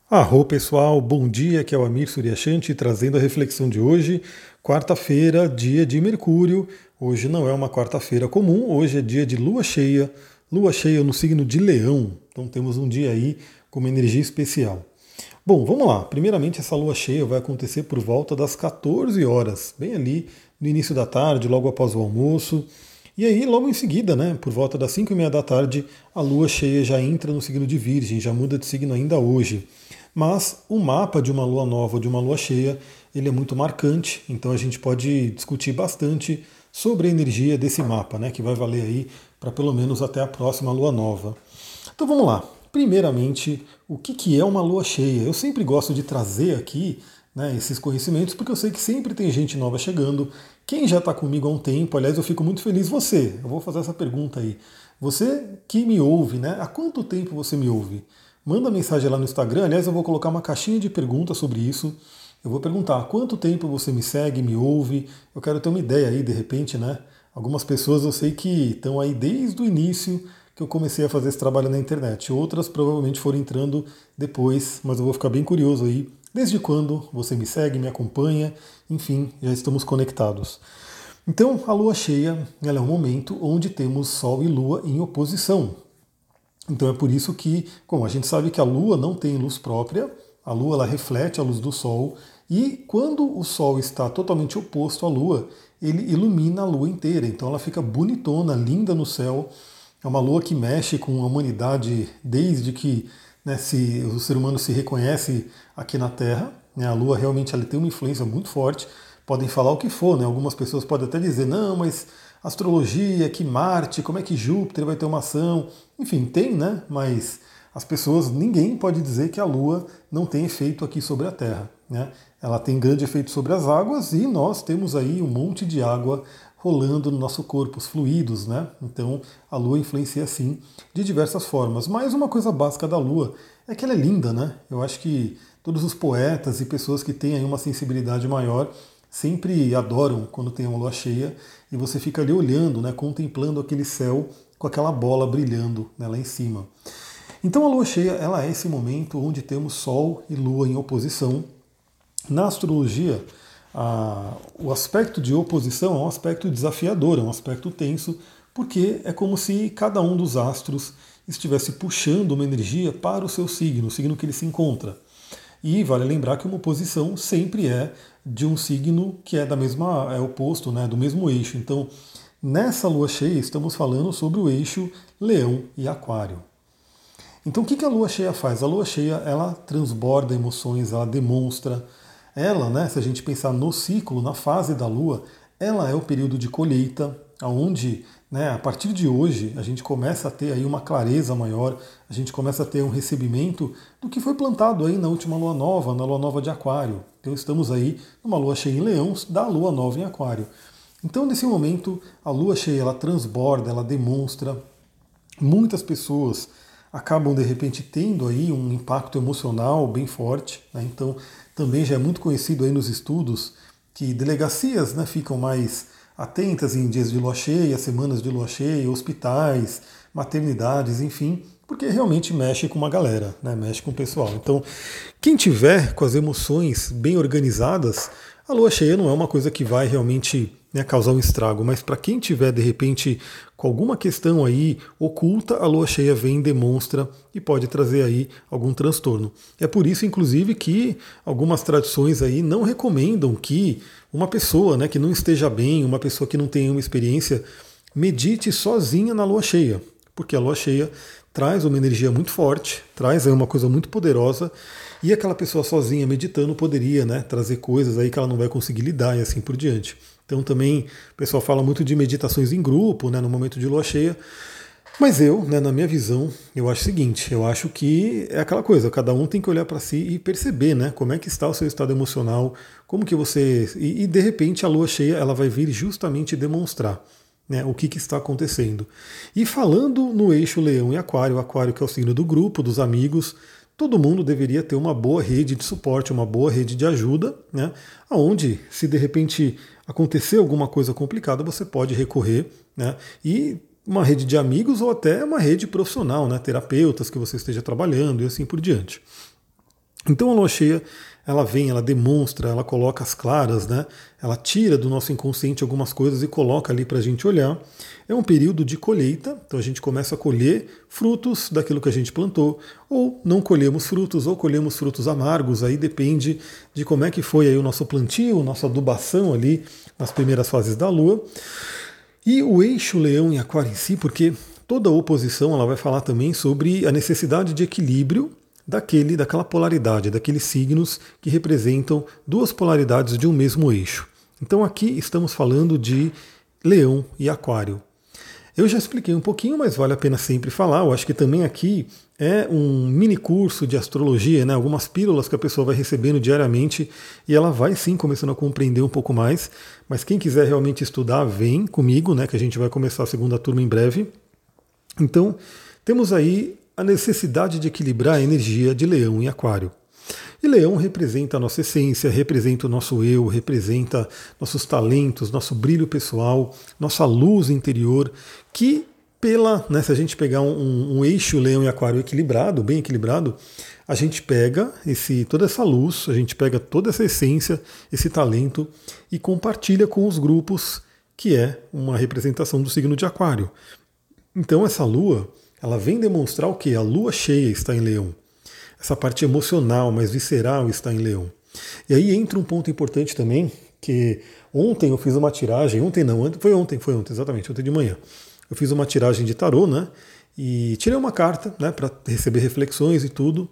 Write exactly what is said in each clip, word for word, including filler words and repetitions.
Arro pessoal, bom dia, aqui é o Amir Suryashanti trazendo a reflexão de hoje, quarta-feira, dia de Mercúrio. Hoje não é uma quarta-feira comum, hoje é dia de lua cheia, lua cheia no signo de Leão, então temos um dia aí com uma energia especial. Bom, vamos lá. Primeiramente, essa lua cheia vai acontecer por volta das quatorze horas, bem ali no início da tarde, logo após o almoço. E aí, logo em seguida, né, por volta das cinco e meia da tarde, a lua cheia já entra no signo de Virgem, já muda de signo ainda hoje. Mas o mapa de uma lua nova ou de uma lua cheia, ele é muito marcante, então a gente pode discutir bastante sobre a energia desse mapa, né, que vai valer aí para pelo menos até a próxima lua nova. Então vamos lá. Primeiramente, o que, que é uma lua cheia? Eu sempre gosto de trazer aqui, né, esses conhecimentos, porque eu sei que sempre tem gente nova chegando. Quem já está comigo há um tempo, aliás, eu fico muito feliz. Você, eu vou fazer essa pergunta aí. Você que me ouve, né? Há quanto tempo você me ouve? Manda mensagem lá no Instagram. Aliás, eu vou colocar uma caixinha de perguntas sobre isso. Eu vou perguntar há quanto tempo você me segue, me ouve. Eu quero ter uma ideia aí, de repente, né? Algumas pessoas eu sei que estão aí desde o início que eu comecei a fazer esse trabalho na internet. Outras provavelmente foram entrando depois, mas eu vou ficar bem curioso aí. Desde quando você me segue, me acompanha, enfim, já estamos conectados. Então, a lua cheia, ela é um momento onde temos Sol e Lua em oposição. Então é por isso que, como a gente sabe que a Lua não tem luz própria, a Lua ela reflete a luz do Sol, e quando o Sol está totalmente oposto à Lua, ele ilumina a Lua inteira. Então ela fica bonitona, linda no céu. É uma Lua que mexe com a humanidade desde que, né, se, o ser humano se reconhece aqui na Terra. Né, a Lua realmente ela tem uma influência muito forte. Podem falar o que for, né? Algumas pessoas podem até dizer, não, mas astrologia, que Marte, como é que Júpiter vai ter uma ação? Enfim, tem, né? Mas as pessoas, ninguém pode dizer que a Lua não tem efeito aqui sobre a Terra. Né? Ela tem grande efeito sobre as águas e nós temos aí um monte de água rolando no nosso corpo, os fluidos, né? Então a Lua influencia sim de diversas formas. Mas uma coisa básica da Lua é que ela é linda, né? Eu acho que todos os poetas e pessoas que têm aí uma sensibilidade maior sempre adoram quando tem uma lua cheia e você fica ali olhando, né, contemplando aquele céu com aquela bola brilhando, né, lá em cima. Então a lua cheia ela é esse momento onde temos Sol e Lua em oposição. Na astrologia, a, o aspecto de oposição é um aspecto desafiador, é um aspecto tenso, porque é como se cada um dos astros estivesse puxando uma energia para o seu signo, o signo que ele se encontra. E vale lembrar que uma oposição sempre é de um signo que é da mesma, é oposto, né, do mesmo eixo. Então, nessa lua cheia, estamos falando sobre o eixo Leão e Aquário. Então, o que a lua cheia faz? A lua cheia, ela transborda emoções, ela demonstra. Ela, né, se a gente pensar no ciclo, na fase da lua, ela é o período de colheita, onde, né, a partir de hoje, a gente começa a ter aí uma clareza maior, a gente começa a ter um recebimento do que foi plantado aí na última lua nova, na lua nova de Aquário. Então estamos aí numa lua cheia em Leão, da lua nova em Aquário. Então, nesse momento, a lua cheia, ela transborda, ela demonstra. Muitas pessoas acabam de repente tendo aí um impacto emocional bem forte, né? Então também já é muito conhecido aí nos estudos que delegacias, né, ficam mais atentas em dias de lua cheia, semanas de lua cheia, hospitais, maternidades, enfim, porque realmente mexe com uma galera, né, mexe com o pessoal. Então quem tiver com as emoções bem organizadas, a lua cheia não é uma coisa que vai realmente, né, causar um estrago, mas para quem tiver de repente com alguma questão aí oculta, a lua cheia vem, demonstra e pode trazer aí algum transtorno. É por isso, inclusive, que algumas tradições aí não recomendam que uma pessoa, né, que não esteja bem, uma pessoa que não tenha uma experiência, medite sozinha na lua cheia, porque a lua cheia traz uma energia muito forte, traz aí uma coisa muito poderosa, e aquela pessoa sozinha meditando poderia, né, trazer coisas aí que ela não vai conseguir lidar e assim por diante. Então também o pessoal fala muito de meditações em grupo, né, no momento de lua cheia, mas eu, né, na minha visão, eu acho o seguinte, eu acho que é aquela coisa, cada um tem que olhar para si e perceber, né, como é que está o seu estado emocional, como que você... E, e de repente a lua cheia ela vai vir justamente demonstrar, né, o que, que está acontecendo. E falando no eixo Leão e Aquário, Aquário que é o signo do grupo, dos amigos, todo mundo deveria ter uma boa rede de suporte, uma boa rede de ajuda, né, onde se de repente acontecer alguma coisa complicada, você pode recorrer, né, e uma rede de amigos ou até uma rede profissional, né, terapeutas que você esteja trabalhando e assim por diante. Então a lua cheia, ela vem, ela demonstra, ela coloca as claras, né? Ela tira do nosso inconsciente algumas coisas e coloca ali para a gente olhar. É um período de colheita, então a gente começa a colher frutos daquilo que a gente plantou, ou não colhemos frutos, ou colhemos frutos amargos, aí depende de como é que foi aí o nosso plantio, nossa adubação ali nas primeiras fases da lua. E o eixo Leão e Aquário em si, porque toda oposição ela vai falar também sobre a necessidade de equilíbrio daquele, daquela polaridade, daqueles signos que representam duas polaridades de um mesmo eixo. Então aqui estamos falando de Leão e Aquário. Eu já expliquei um pouquinho, mas vale a pena sempre falar. Eu acho que também aqui é um mini curso de astrologia, né? Algumas pílulas que a pessoa vai recebendo diariamente e ela vai sim começando a compreender um pouco mais. Mas quem quiser realmente estudar, vem comigo, né? Que a gente vai começar a segunda turma em breve. Então, temos aí a necessidade de equilibrar a energia de Leão e Aquário. E Leão representa a nossa essência, representa o nosso eu, representa nossos talentos, nosso brilho pessoal, nossa luz interior, que pela, né, se a gente pegar um, um eixo Leão e Aquário equilibrado, bem equilibrado, a gente pega esse, toda essa luz, a gente pega toda essa essência, esse talento e compartilha com os grupos, que é uma representação do signo de Aquário. Então essa lua, ela vem demonstrar o que? A lua cheia está em Leão. Essa parte emocional, mais visceral está em Leão. E aí entra um ponto importante também, que ontem eu fiz uma tiragem, ontem não, foi ontem, foi ontem, exatamente, ontem de manhã. Eu fiz uma tiragem de tarô, né? E tirei uma carta, né, para receber reflexões e tudo.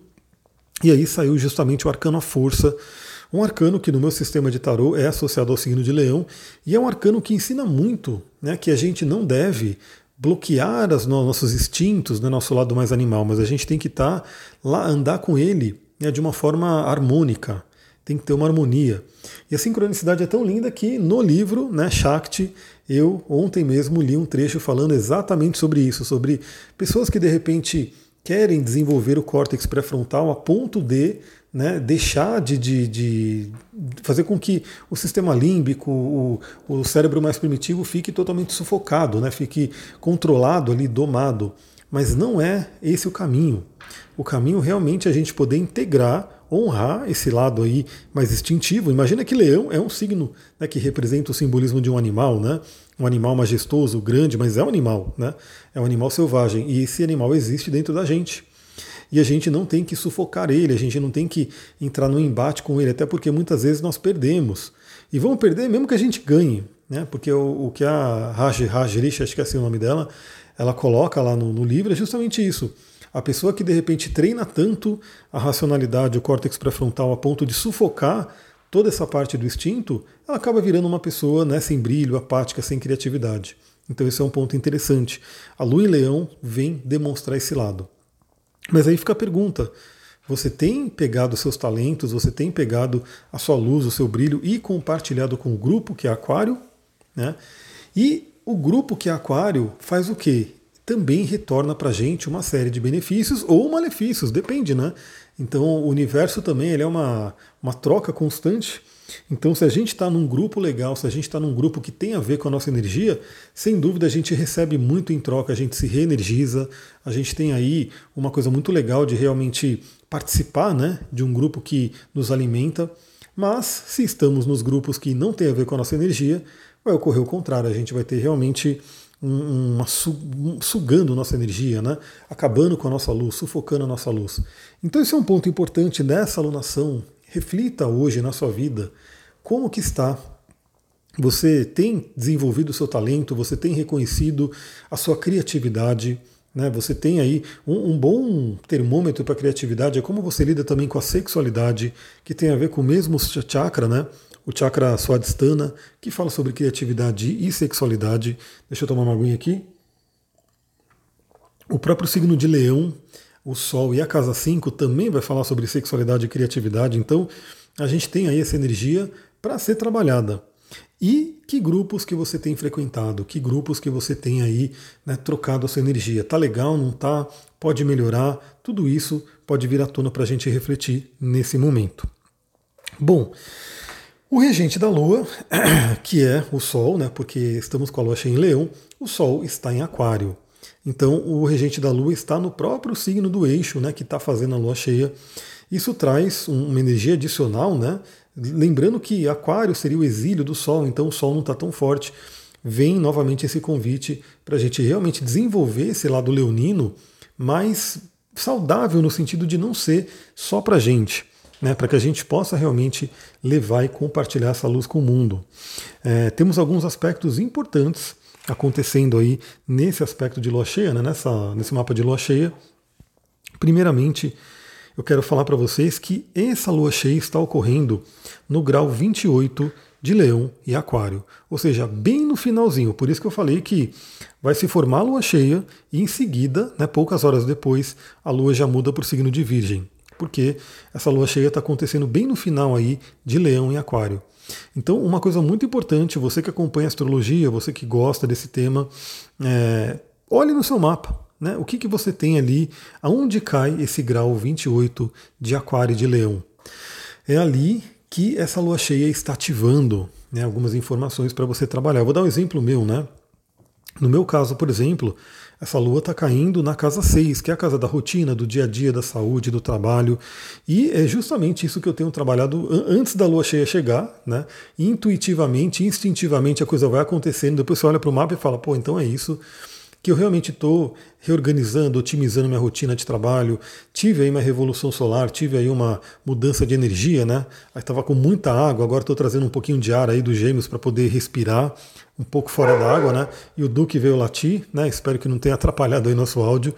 E aí saiu justamente o arcano à força, um arcano que no meu sistema de tarô é associado ao signo de Leão, e é um arcano que ensina muito, né, que a gente não deve bloquear os nossos instintos, né, nosso lado mais animal, mas a gente tem que estar tá lá, andar com ele, né, de uma forma harmônica, tem que ter uma harmonia. E a sincronicidade é tão linda que no livro, né, Shakti, eu ontem mesmo li um trecho falando exatamente sobre isso, sobre pessoas que de repente querem desenvolver o córtex pré-frontal a ponto de, né, deixar de, de, de fazer com que o sistema límbico, o, o cérebro mais primitivo fique totalmente sufocado, né, fique controlado ali, domado. Mas não é esse o caminho. O caminho realmente é a gente poder integrar, honrar esse lado aí mais instintivo. Imagina que Leão é um signo, né, que representa o simbolismo de um animal, né? Um animal majestoso, grande, mas é um animal, né? É um animal selvagem. E esse animal existe dentro da gente. E a gente não tem que sufocar ele, a gente não tem que entrar num embate com ele, até porque muitas vezes nós perdemos. E vamos perder mesmo que a gente ganhe, né? Porque o, o que a Raj, Rajrishi, acho que é assim o nome dela, ela coloca lá no, no livro é justamente isso. A pessoa que de repente treina tanto a racionalidade, o córtex pré-frontal, a ponto de sufocar toda essa parte do instinto, ela acaba virando uma pessoa, né, sem brilho, apática, sem criatividade. Então esse é um ponto interessante. A Lua em Leão vem demonstrar esse lado. Mas aí fica a pergunta, você tem pegado seus talentos, você tem pegado a sua luz, o seu brilho e compartilhado com o grupo que é Aquário, né? E o grupo que é Aquário faz o quê? Também retorna para a gente uma série de benefícios ou malefícios, depende, né? Então o universo também ele é uma, uma troca constante. Então se a gente está num grupo legal, se a gente está num grupo que tem a ver com a nossa energia, sem dúvida a gente recebe muito em troca, a gente se reenergiza, a gente tem aí uma coisa muito legal de realmente participar, né, de um grupo que nos alimenta. Mas se estamos nos grupos que não tem a ver com a nossa energia, vai ocorrer o contrário, a gente vai ter realmente uma, sugando nossa energia, né? Acabando com a nossa luz, sufocando a nossa luz. Então esse é um ponto importante nessa alunação. Reflita hoje na sua vida como que está. Você tem desenvolvido o seu talento, você tem reconhecido a sua criatividade, né? Você tem aí um, um bom termômetro para a criatividade, é como você lida também com a sexualidade, que tem a ver com o mesmo chakra, né? O chakra Swadhisthana, que fala sobre criatividade e sexualidade. Deixa eu tomar uma aguinha aqui. O próprio signo de Leão, o Sol e a casa cinco também vai falar sobre sexualidade e criatividade. Então, a gente tem aí essa energia para ser trabalhada. E que grupos que você tem frequentado? Que grupos que você tem aí, né, trocado a sua energia? Tá legal, não tá? Pode melhorar? Tudo isso pode vir à tona para a gente refletir nesse momento. Bom, o regente da Lua, que é o Sol, né, porque estamos com a Lua cheia em Leão, o Sol está em Aquário. Então o regente da Lua está no próprio signo do eixo, né, que está fazendo a Lua cheia. Isso traz um- uma energia adicional, né? Lembrando que Aquário seria o exílio do Sol, então o Sol não está tão forte. Vem novamente esse convite para a gente realmente desenvolver esse lado leonino mais saudável no sentido de não ser só para a gente, né, para que a gente possa realmente levar e compartilhar essa luz com o mundo. É, temos alguns aspectos importantes acontecendo aí nesse aspecto de lua cheia, né, nessa, nesse mapa de lua cheia. Primeiramente, eu quero falar para vocês que essa lua cheia está ocorrendo no grau vinte e oito de Leão e Aquário, ou seja, bem no finalzinho. Por isso que eu falei que vai se formar a lua cheia e em seguida, né, poucas horas depois, a lua já muda para o signo de Virgem, porque essa lua cheia está acontecendo bem no final aí de Leão e Aquário. Então, uma coisa muito importante, você que acompanha a astrologia, você que gosta desse tema, é, olhe no seu mapa. Né? O que, que você tem ali, aonde cai esse grau vinte e oito de Aquário e de Leão? É ali que essa lua cheia está ativando, né, algumas informações para você trabalhar. Eu vou dar um exemplo meu, né? No meu caso, por exemplo, essa lua está caindo na casa seis, que é a casa da rotina, do dia a dia, da saúde, do trabalho. E é justamente isso que eu tenho trabalhado antes da lua cheia chegar, né? Intuitivamente, instintivamente a coisa vai acontecendo. Depois você olha para o mapa e fala, pô, então é isso. Que eu realmente estou reorganizando, otimizando minha rotina de trabalho. Tive aí uma revolução solar, tive aí uma mudança de energia, né? Estava com muita água, agora estou trazendo um pouquinho de ar aí dos Gêmeos para poder respirar um pouco fora da água, né? E o Duque veio latir, né? Espero que não tenha atrapalhado aí nosso áudio.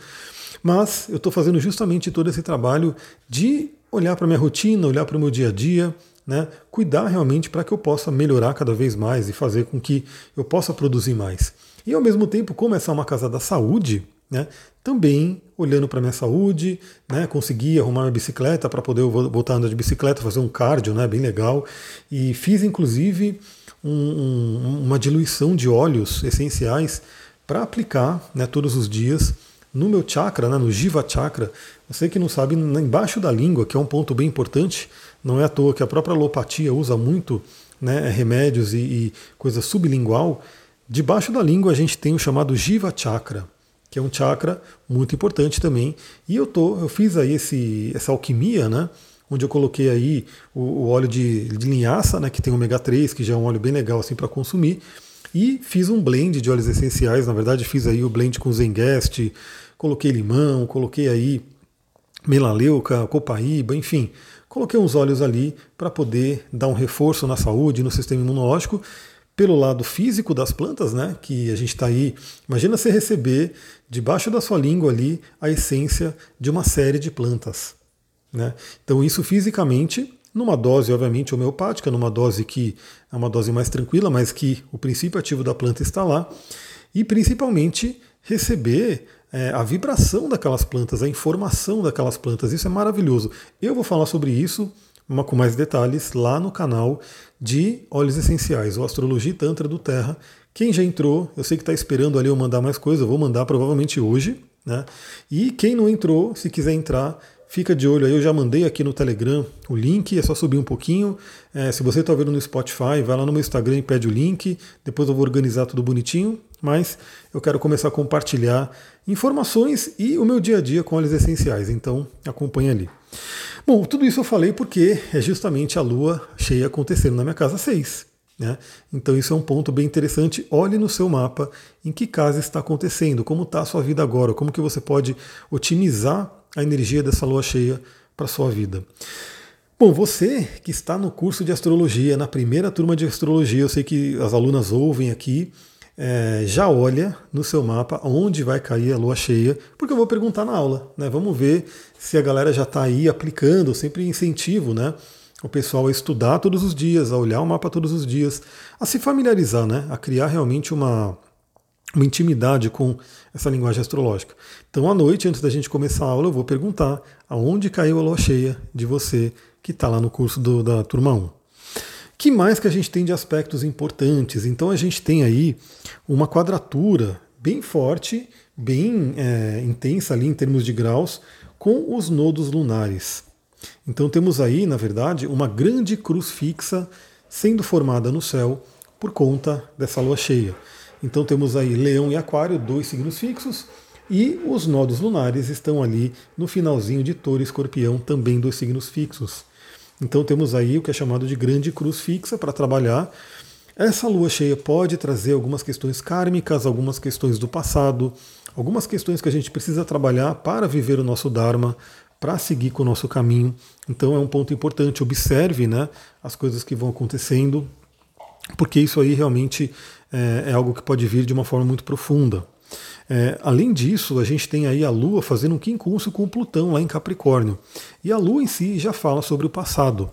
Mas eu estou fazendo justamente todo esse trabalho de olhar para minha rotina, olhar para o meu dia a dia, né? Cuidar realmente para que eu possa melhorar cada vez mais e fazer com que eu possa produzir mais. E ao mesmo tempo, como essa é uma casa da saúde, né, também olhando para a minha saúde, né, consegui arrumar minha bicicleta para poder voltar a andar de bicicleta, fazer um cardio, né, bem legal. E fiz inclusive um, um, uma diluição de óleos essenciais para aplicar, né, todos os dias no meu chakra, né, no Jiva Chakra. Você que não sabe, embaixo da língua, que é um ponto bem importante, não é à toa que a própria alopatia usa muito, né, remédios e, e coisa sublingual. Debaixo da língua a gente tem o chamado Jiva Chakra, que é um chakra muito importante também. E eu tô, eu fiz aí esse, essa alquimia, né? Onde eu coloquei aí o, o óleo de, de linhaça, né? Que tem ômega três, que já é um óleo bem legal assim para consumir. E fiz um blend de óleos essenciais. Na verdade, fiz aí o blend com Zengest, coloquei limão, coloquei aí melaleuca, copaíba, enfim. Coloquei uns óleos ali para poder dar um reforço na saúde, no sistema imunológico. Pelo lado físico das plantas, né, que a gente está aí, imagina você receber debaixo da sua língua ali a essência de uma série de plantas. Né? Então isso fisicamente, numa dose obviamente homeopática, numa dose que é uma dose mais tranquila, mas que o princípio ativo da planta está lá, e principalmente receber é, a vibração daquelas plantas, a informação daquelas plantas, isso é maravilhoso. Eu vou falar sobre isso com mais detalhes lá no canal de óleos essenciais, o Astrologia e Tantra do Terra. Quem já entrou, eu sei que está esperando ali eu mandar mais coisa, eu vou mandar provavelmente hoje, né? E quem não entrou, se quiser entrar, fica de olho aí, eu já mandei aqui no Telegram o link, é só subir um pouquinho. É, se você está vendo no Spotify, vai lá no meu Instagram e pede o link, depois eu vou organizar tudo bonitinho, mas eu quero começar a compartilhar informações e o meu dia a dia com óleos essenciais, então acompanha ali. Bom, tudo isso eu falei porque é justamente a lua cheia acontecendo na minha casa seis. Né? Então isso é um ponto bem interessante. Olhe no seu mapa em que casa está acontecendo, como está a sua vida agora, como que você pode otimizar a energia dessa lua cheia para a sua vida. Bom, você que está no curso de astrologia, na primeira turma de astrologia, eu sei que as alunas ouvem aqui, É, já olha no seu mapa onde vai cair a lua cheia, porque eu vou perguntar na aula, né? Vamos ver se a galera já está aí aplicando, sempre incentivo, né? O pessoal a estudar todos os dias, a olhar o mapa todos os dias, a se familiarizar, né? A criar realmente uma, uma intimidade com essa linguagem astrológica. Então, à noite, antes da gente começar a aula, eu vou perguntar aonde caiu a lua cheia de você que está lá no curso do, da turma um. Que mais que a gente tem de aspectos importantes? Então a gente tem aí uma quadratura bem forte, bem é, intensa ali em termos de graus, com os nodos lunares. Então temos aí, na verdade, uma grande cruz fixa sendo formada no céu por conta dessa lua cheia. Então temos aí Leão e Aquário, dois signos fixos, E os nodos lunares estão ali no finalzinho de Touro e Escorpião, também dos signos fixos. Então temos aí o que é chamado de grande cruz fixa para trabalhar. Essa lua cheia pode trazer algumas questões kármicas, algumas questões do passado, algumas questões que a gente precisa trabalhar para viver o nosso Dharma, para seguir com o nosso caminho. Então é um ponto importante, observe, né, as coisas que vão acontecendo, porque isso aí realmente é, é algo que pode vir de uma forma muito profunda. É, além disso, a gente tem aí a Lua fazendo um quincúncio com o Plutão lá em Capricórnio. E a Lua em si já fala sobre o passado.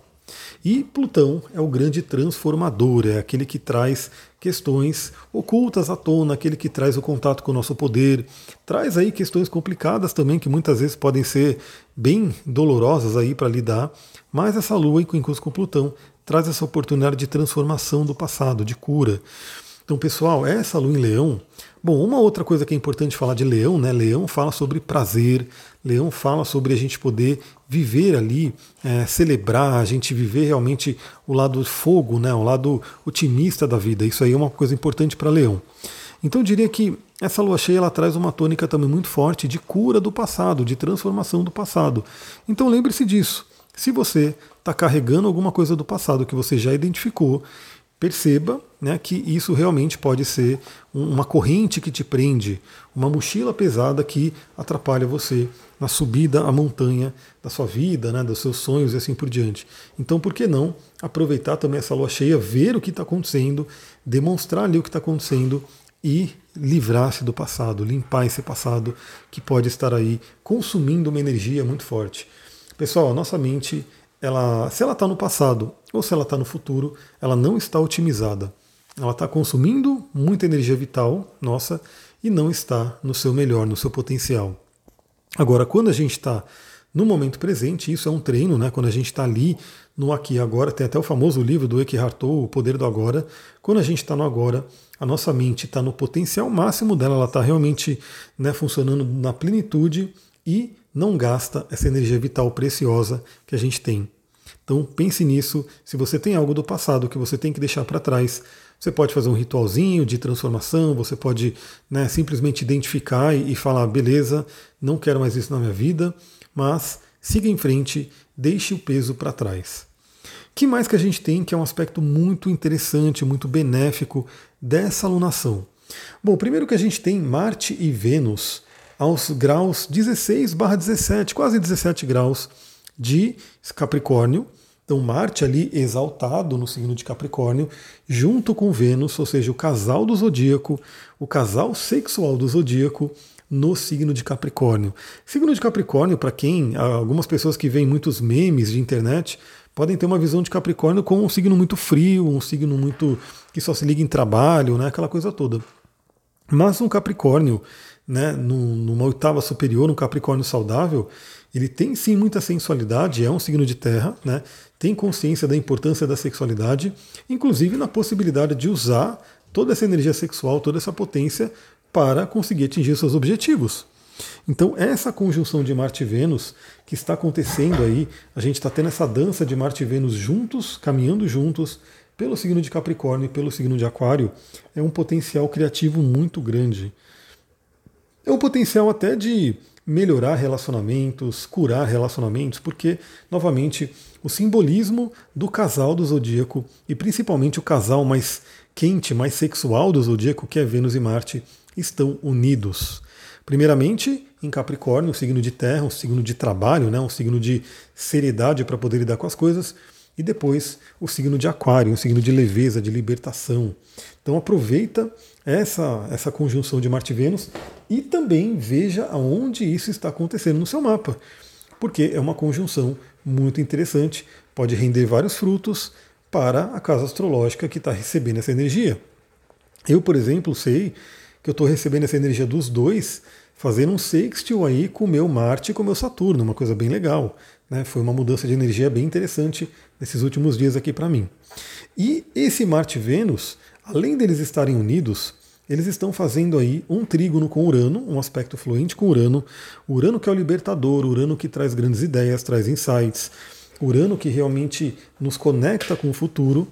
E Plutão é o grande transformador, é aquele que traz questões ocultas à tona, aquele que traz o contato com o nosso poder, traz aí questões complicadas também, que muitas vezes podem ser bem dolorosas aí para lidar, mas essa Lua em quincúncio com Plutão traz essa oportunidade de transformação do passado, de cura. Então, pessoal, essa Lua em Leão. Bom, uma outra coisa que é importante falar de Leão, né? Leão fala sobre prazer, Leão fala sobre a gente poder viver ali, é, celebrar, a gente viver realmente o lado fogo, né? O lado otimista da vida. Isso aí é uma coisa importante para Leão. Então, eu diria que essa lua cheia ela traz uma tônica também muito forte de cura do passado, de transformação do passado. Então, lembre-se disso. Se você está carregando alguma coisa do passado que você já identificou, perceba, né, que isso realmente pode ser uma corrente que te prende, uma mochila pesada que atrapalha você na subida à montanha da sua vida, né, dos seus sonhos e assim por diante. Então, por que não aproveitar também essa lua cheia, ver o que está acontecendo, demonstrar ali o que está acontecendo e livrar-se do passado, limpar esse passado que pode estar aí consumindo uma energia muito forte. Pessoal, a nossa mente, ela, se ela está no passado ou se ela está no futuro, ela não está otimizada. Ela está consumindo muita energia vital nossa e não está no seu melhor, no seu potencial. Agora, quando a gente está no momento presente, isso é um treino, né? Quando a gente está ali no aqui e agora, tem até o famoso livro do Eckhart Tolle, O Poder do Agora. Quando a gente está no agora, a nossa mente está no potencial máximo dela, ela está realmente, né, funcionando na plenitude e não gasta essa energia vital preciosa que a gente tem. Então pense nisso, se você tem algo do passado que você tem que deixar para trás, você pode fazer um ritualzinho de transformação, você pode, né, simplesmente identificar e, e falar, beleza, não quero mais isso na minha vida, mas siga em frente, deixe o peso para trás. Que mais que a gente tem que é um aspecto muito interessante, muito benéfico dessa alunação? Bom, primeiro que a gente tem Marte e Vênus aos graus dezesseis barra dezessete, quase dezessete graus de Capricórnio. Então Marte ali exaltado no signo de Capricórnio, junto com Vênus, ou seja, o casal do zodíaco, o casal sexual do zodíaco no signo de Capricórnio. Signo de Capricórnio, para quem, algumas pessoas que veem muitos memes de internet, podem ter uma visão de Capricórnio como um signo muito frio, um signo muito que só se liga em trabalho, né, aquela coisa toda. Mas um Capricórnio, né, numa oitava superior, um Capricórnio saudável, ele tem sim muita sensualidade, é um signo de terra, né, tem consciência da importância da sexualidade, inclusive na possibilidade de usar toda essa energia sexual, toda essa potência para conseguir atingir seus objetivos. Então essa conjunção de Marte e Vênus que está acontecendo aí, a gente está tendo essa dança de Marte e Vênus juntos, caminhando juntos, pelo signo de Capricórnio e pelo signo de Aquário, é um potencial criativo muito grande. É um potencial até de melhorar relacionamentos, curar relacionamentos, porque, novamente, o simbolismo do casal do zodíaco, e principalmente o casal mais quente, mais sexual do zodíaco, que é Vênus e Marte, estão unidos. Primeiramente, em Capricórnio, um signo de terra, um signo de trabalho, né, um signo de seriedade para poder lidar com as coisas, e depois o signo de Aquário, um signo de leveza, de libertação. Então aproveita essa, essa conjunção de Marte e Vênus e também veja aonde isso está acontecendo no seu mapa, porque é uma conjunção muito interessante, pode render vários frutos para a casa astrológica que está recebendo essa energia. Eu, por exemplo, sei que eu estou recebendo essa energia dos dois, fazendo um sextil aí com o meu Marte e com o meu Saturno, uma coisa bem legal. Né? Foi uma mudança de energia bem interessante nesses últimos dias aqui para mim. E esse Marte e Vênus, além deles estarem unidos, eles estão fazendo aí um trígono com Urano, um aspecto fluente com Urano. Urano que é o libertador, Urano que traz grandes ideias, traz insights, Urano que realmente nos conecta com o futuro.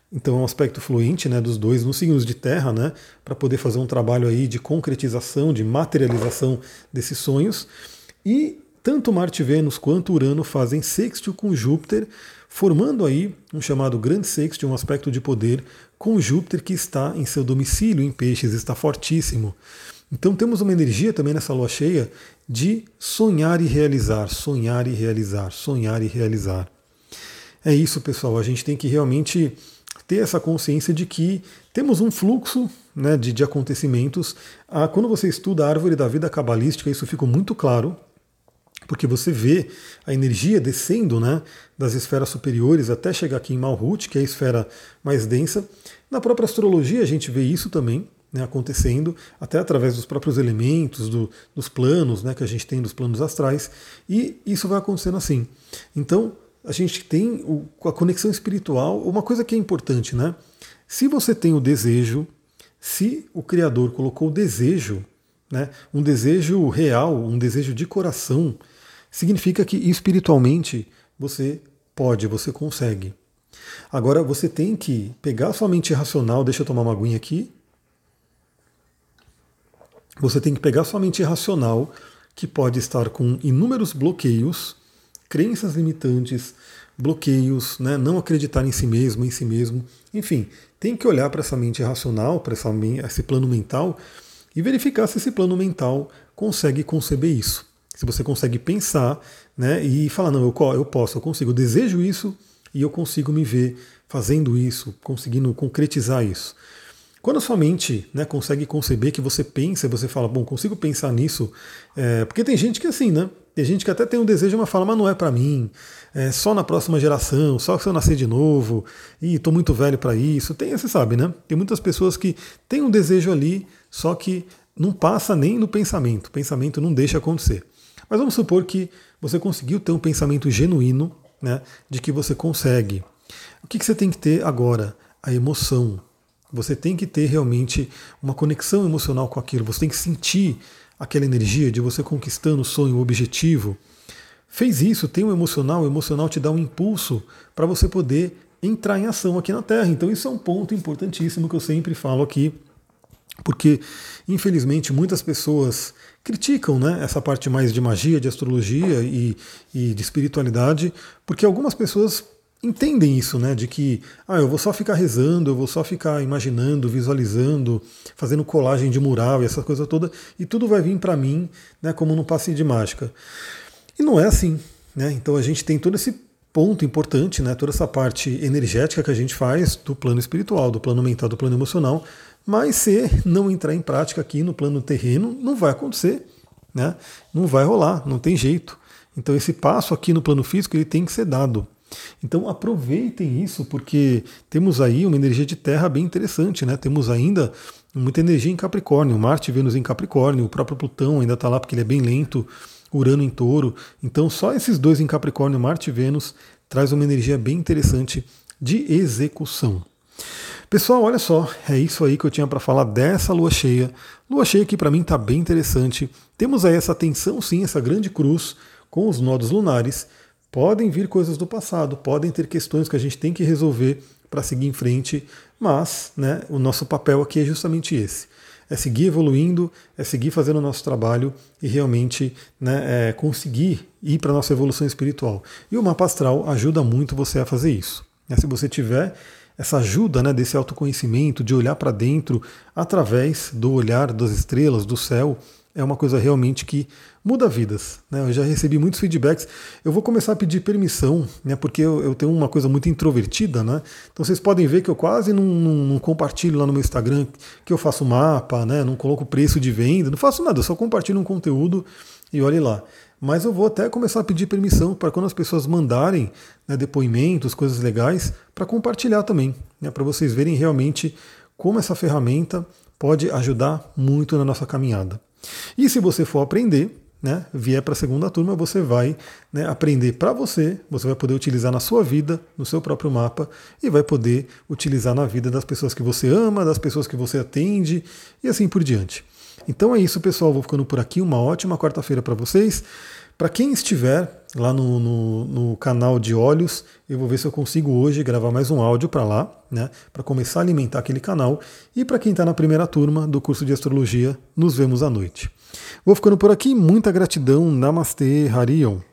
Então é um aspecto fluente, né, dos dois nos signos de terra, né, para poder fazer um trabalho aí de concretização, de materialização desses sonhos. E tanto Marte e Vênus quanto Urano fazem sextil com Júpiter, formando aí um chamado grande sextil, um aspecto de poder com Júpiter que está em seu domicílio em Peixes, está fortíssimo. Então temos uma energia também nessa lua cheia de sonhar e realizar, sonhar e realizar, sonhar e realizar. É isso, pessoal, a gente tem que realmente ter essa consciência de que temos um fluxo, né, de, de acontecimentos. Ah, quando você estuda a árvore da vida cabalística, isso fica muito claro, porque você vê a energia descendo, né, das esferas superiores até chegar aqui em Malhut, que é a esfera mais densa. Na própria astrologia a gente vê isso também, né, acontecendo, até através dos próprios elementos, do, dos planos, né, que a gente tem dos planos astrais, e isso vai acontecendo assim. Então, a gente tem o, a conexão espiritual, uma coisa que é importante, né? Se você tem o desejo, se o Criador colocou o desejo, né, um desejo real, um desejo de coração, significa que espiritualmente você pode, você consegue. Agora você tem que pegar a sua mente racional, deixa eu tomar uma aguinha aqui. Você tem que pegar a sua mente racional, que pode estar com inúmeros bloqueios, crenças limitantes, bloqueios, né, não acreditar em si mesmo, em si mesmo. Enfim, tem que olhar para essa mente racional, para esse plano mental e verificar se esse plano mental consegue conceber isso. Se você consegue pensar, né, e falar, não, eu, eu posso, eu consigo, eu desejo isso e eu consigo me ver fazendo isso, conseguindo concretizar isso. Quando a sua mente, né, consegue conceber que você pensa, você fala, bom, consigo pensar nisso, é, porque tem gente que é assim, né? Tem gente que até tem um desejo, mas fala, mas não é para mim, é só na próxima geração, só se eu nascer de novo, e estou muito velho para isso. Tem, você sabe, né? Tem muitas pessoas que têm um desejo ali, só que não passa nem no pensamento, o pensamento não deixa acontecer. Mas vamos supor que você conseguiu ter um pensamento genuíno, né, de que você consegue. O que, que você tem que ter agora? A emoção. Você tem que ter realmente uma conexão emocional com aquilo, você tem que sentir aquela energia de você conquistando o sonho, o objetivo. Fez isso, tem um emocional, o emocional te dá um impulso para você poder entrar em ação aqui na Terra. Então isso é um ponto importantíssimo que eu sempre falo aqui, porque infelizmente muitas pessoas criticam, né, essa parte mais de magia, de astrologia e, e de espiritualidade, porque algumas pessoas entendem isso, né? De que ah, eu vou só ficar rezando, eu vou só ficar imaginando, visualizando, fazendo colagem de mural e essa coisa toda, e tudo vai vir para mim, né, como num passe de mágica. E não é assim, né? Então a gente tem todo esse ponto importante, né? Toda essa parte energética que a gente faz do plano espiritual, do plano mental, do plano emocional, mas se não entrar em prática aqui no plano terreno, não vai acontecer, né? Não vai rolar, não tem jeito. Então esse passo aqui no plano físico ele tem que ser dado. Então aproveitem isso, porque temos aí uma energia de terra bem interessante, né? Temos ainda muita energia em Capricórnio, Marte e Vênus em Capricórnio, o próprio Plutão ainda está lá porque ele é bem lento, Urano em Touro. Então só esses dois em Capricórnio, Marte e Vênus, traz uma energia bem interessante de execução. Pessoal, olha só, é isso aí que eu tinha para falar dessa lua cheia. Lua cheia que para mim está bem interessante. Temos aí essa tensão, sim, essa grande cruz com os nodos lunares. Podem vir coisas do passado, podem ter questões que a gente tem que resolver para seguir em frente, mas, né, o nosso papel aqui é justamente esse. É seguir evoluindo, é seguir fazendo o nosso trabalho e realmente, né, é conseguir ir para a nossa evolução espiritual. E o mapa astral ajuda muito você a fazer isso. Se você tiver essa ajuda, né, desse autoconhecimento, de olhar para dentro através do olhar das estrelas, do céu, é uma coisa realmente que muda vidas, né? Eu já recebi muitos feedbacks. Eu vou começar a pedir permissão, né? Porque eu, eu tenho uma coisa muito introvertida, né? Então vocês podem ver que eu quase não, não, não compartilho lá no meu Instagram que eu faço mapa, né? Não coloco preço de venda, não faço nada, eu só compartilho um conteúdo e olhe lá. Mas eu vou até começar a pedir permissão para quando as pessoas mandarem, né, depoimentos, coisas legais, para compartilhar também, né? Para vocês verem realmente como essa ferramenta pode ajudar muito na nossa caminhada. E se você for aprender, né, vier para a segunda turma, você vai, né, aprender para você, você vai poder utilizar na sua vida, no seu próprio mapa, e vai poder utilizar na vida das pessoas que você ama, das pessoas que você atende, e assim por diante. Então é isso, pessoal, vou ficando por aqui, uma ótima quarta-feira para vocês. Para quem estiver lá no, no, no canal de óleos. Eu vou ver se eu consigo hoje gravar mais um áudio para lá, né, para começar a alimentar aquele canal. E para quem está na primeira turma do curso de astrologia, nos vemos à noite. Vou ficando por aqui, muita gratidão, Namastê, Harion.